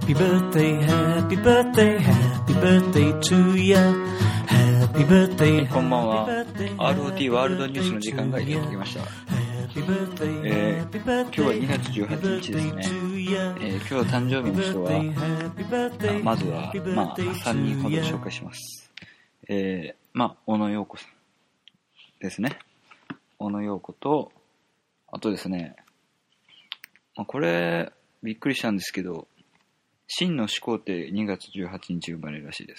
Happy birthday, happy birthday, happy birthday to you. Happy birthday. こんばんは。ROT ワールドニュースの時間がやってきました。今日は2月18日ですね。今日誕生日の人は、まずは、3人ほど紹介します。小野陽子さんですね。小野陽子と、あとですね、これ、びっくりしたんですけど、秦の始皇帝2月18日生まれるらしいです。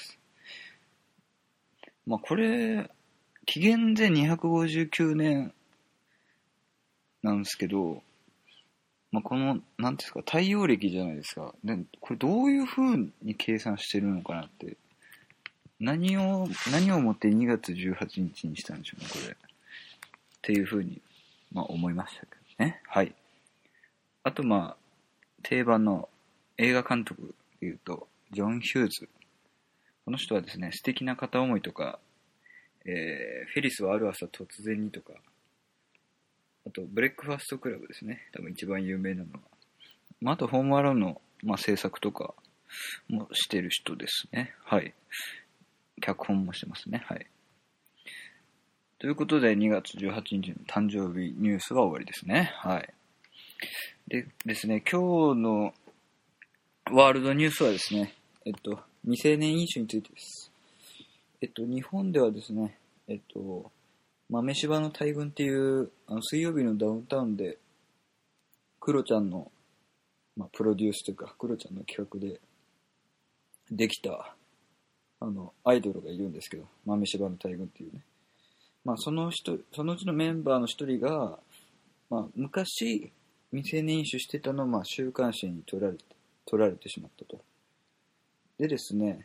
これ、紀元前259年なんですけど、この、なんていうんですか、太陽暦じゃないですか。で、これどういう風に計算してるのかなって。何をもって2月18日にしたんでしょうね、これ。っていう風に、思いましたけどね。はい。あと、定番の映画監督でいうと、ジョン・ヒューズ。この人はですね、素敵な片思いとか、フェリスはある朝突然にとか、あと、ブレックファーストクラブですね。多分一番有名なのは。あと、ホームアローンの、制作とかもしてる人ですね。はい。脚本もしてますね。はい。ということで、2月18日の誕生日ニュースは終わりですね。はい。でですね、今日のワールドニュースはですね、未成年飲酒についてです。日本ではですね、豆柴の大群っていう、水曜日のダウンタウンで、クロちゃんの、プロデュースというか、クロちゃんの企画で、できた、アイドルがいるんですけど、豆柴の大群っていうね。そのうちのメンバーの一人が、昔、未成年飲酒してたのを、週刊誌に取られてしまったと。でですね、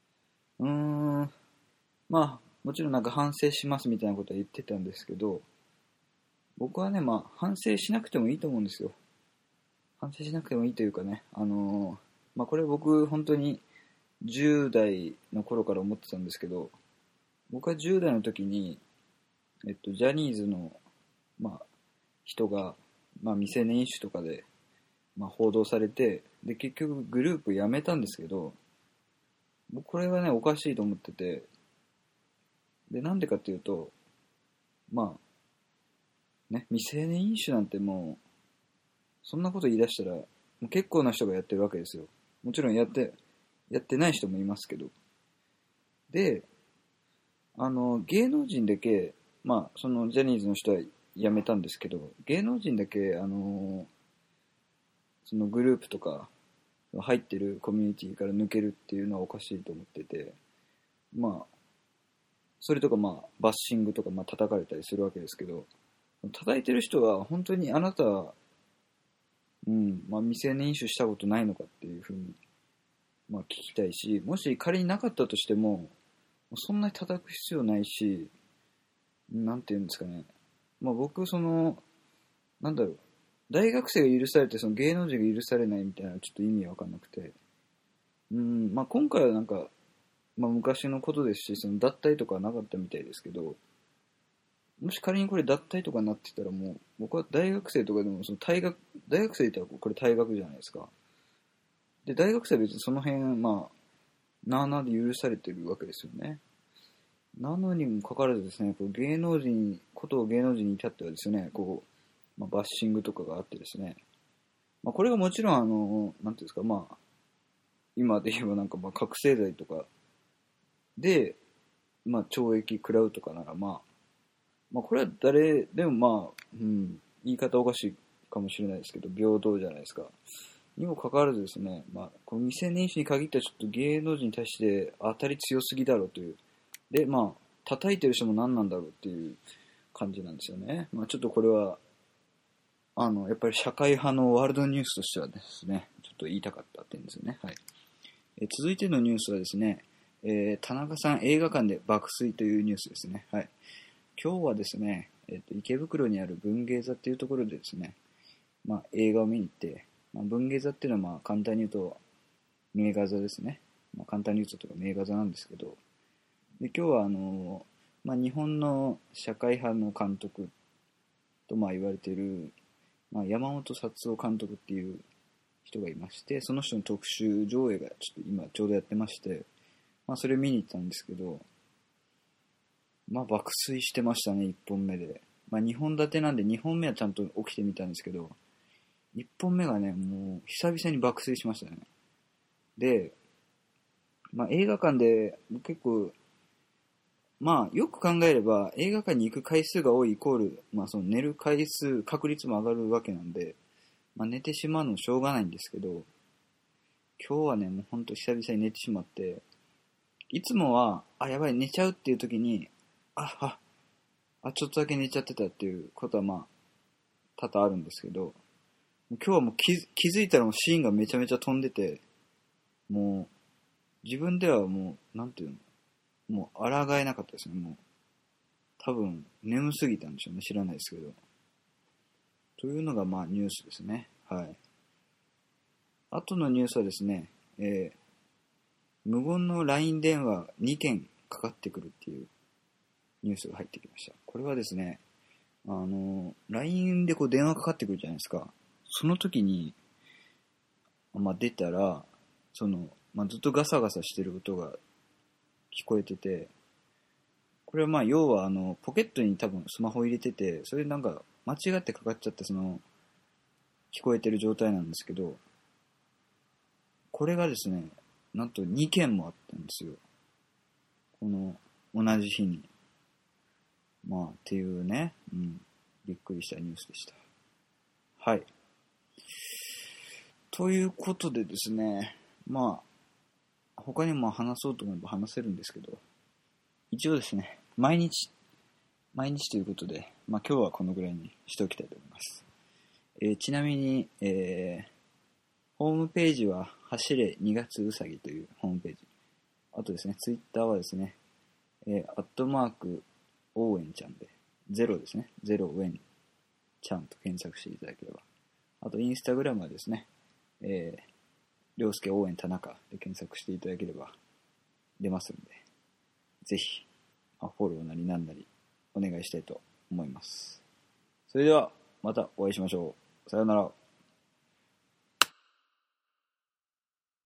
もちろん反省しますみたいなことは言ってたんですけど、僕はね、反省しなくてもいいと思うんですよ。反省しなくてもいいというかね、これ僕本当に10代の頃から思ってたんですけど、僕は10代の時に、ジャニーズの、人が、未成年飲酒とかで、報道されて、で、結局グループ辞めたんですけど、僕これはね、おかしいと思ってて、で、なんでかっていうと、未成年飲酒なんてもう、そんなこと言い出したら、もう結構な人がやってるわけですよ。もちろんやってない人もいますけど。で、芸能人だけ、そのジャニーズの人は辞めたんですけど、芸能人だけ、そのグループとか、入ってるコミュニティから抜けるっていうのはおかしいと思ってて、それとかバッシングとか叩かれたりするわけですけど、叩いてる人は本当にあなたは、未成年飲酒したことないのかっていうふうに、聞きたいし、もし仮になかったとしても、そんなに叩く必要ないし、なんていうんですかね。僕、大学生が許されて、その芸能人が許されないみたいなちょっと意味わかんなくて。今回は昔のことですし、その脱退とかはなかったみたいですけど、もし仮にこれ脱退とかになってたらもう、僕は大学生とかでも、大学生って言ったらこれ退学じゃないですか。で、大学生は別にその辺、なあなあで許されてるわけですよね。なのにもかかわらずですね、芸能人に至ってはですね、バッシングとかがあってですね、これがもちろんなんていうんですか、今で言えば覚醒剤とかで、懲役食らうとかならこれは誰でも言い方おかしいかもしれないですけど、平等じゃないですか。にもかかわらずですね、この未成年者に限ってはちょっと芸能人に対して当たり強すぎだろうという。で、叩いてる人も何なんだろうっていう感じなんですよね。ちょっとこれは、やっぱり社会派のワールドニュースとしてはですね、ちょっと言いたかった点ですよね。はい。続いてのニュースはですね、田中さん映画館で爆睡というニュースですね。はい。今日はですね、池袋にある文芸座っていうところでですね、映画を見に行って、文芸座っていうのは簡単に言うと名画座ですね。簡単に言うと名画座なんですけど、で今日は日本の社会派の監督と言われている、山本達夫監督っていう人がいまして、その人の特集上映がちょっと今ちょうどやってまして、それ見に行ったんですけど、爆睡してましたね、1本目で。2本立てなんで2本目はちゃんと起きてみたんですけど、1本目がね、もう久々に爆睡しましたね。で、映画館で結構、よく考えれば映画館に行く回数が多いイコール、その寝る回数、確率も上がるわけなんで、寝てしまうのもしょうがないんですけど、今日はね、もうほんと久々に寝てしまって、いつもは、やばい、寝ちゃうっていう時に、ちょっとだけ寝ちゃってたっていうことは多々あるんですけど、今日はもう気づいたらもうシーンがめちゃめちゃ飛んでて、もう、自分ではもう、なんていうの、もう抗えなかったですね、もう。多分、眠すぎたんでしょうね、知らないですけど。というのがニュースですね。はい。あとのニュースはですね、無言の LINE 電話2件かかってくるっていうニュースが入ってきました。これはですね、LINE で電話かかってくるじゃないですか。その時に、出たら、ずっとガサガサしてる音が聞こえてて、これは要はポケットに多分スマホ入れてて、それなんか間違ってかかっちゃって聞こえてる状態なんですけど、これがですね、なんと2件もあったんですよ。この同じ日に。っていうね、びっくりしたニュースでした。はい。ということでですね、他にも話そうと思えば話せるんですけど、一応ですね、毎日ということで、今日はこのぐらいにしておきたいと思います。ちなみに、ホームページは走れ2月うさぎというホームページ。あとですね、ツイッターはですね、@応援ちゃんで、0ですね、0ウェンちゃんと検索していただければ。あとインスタグラムはですね、涼介応援田中で検索していただければ出ますので、ぜひ、フォローなりなんなりお願いしたいと思います。それではまたお会いしましょう。さようなら。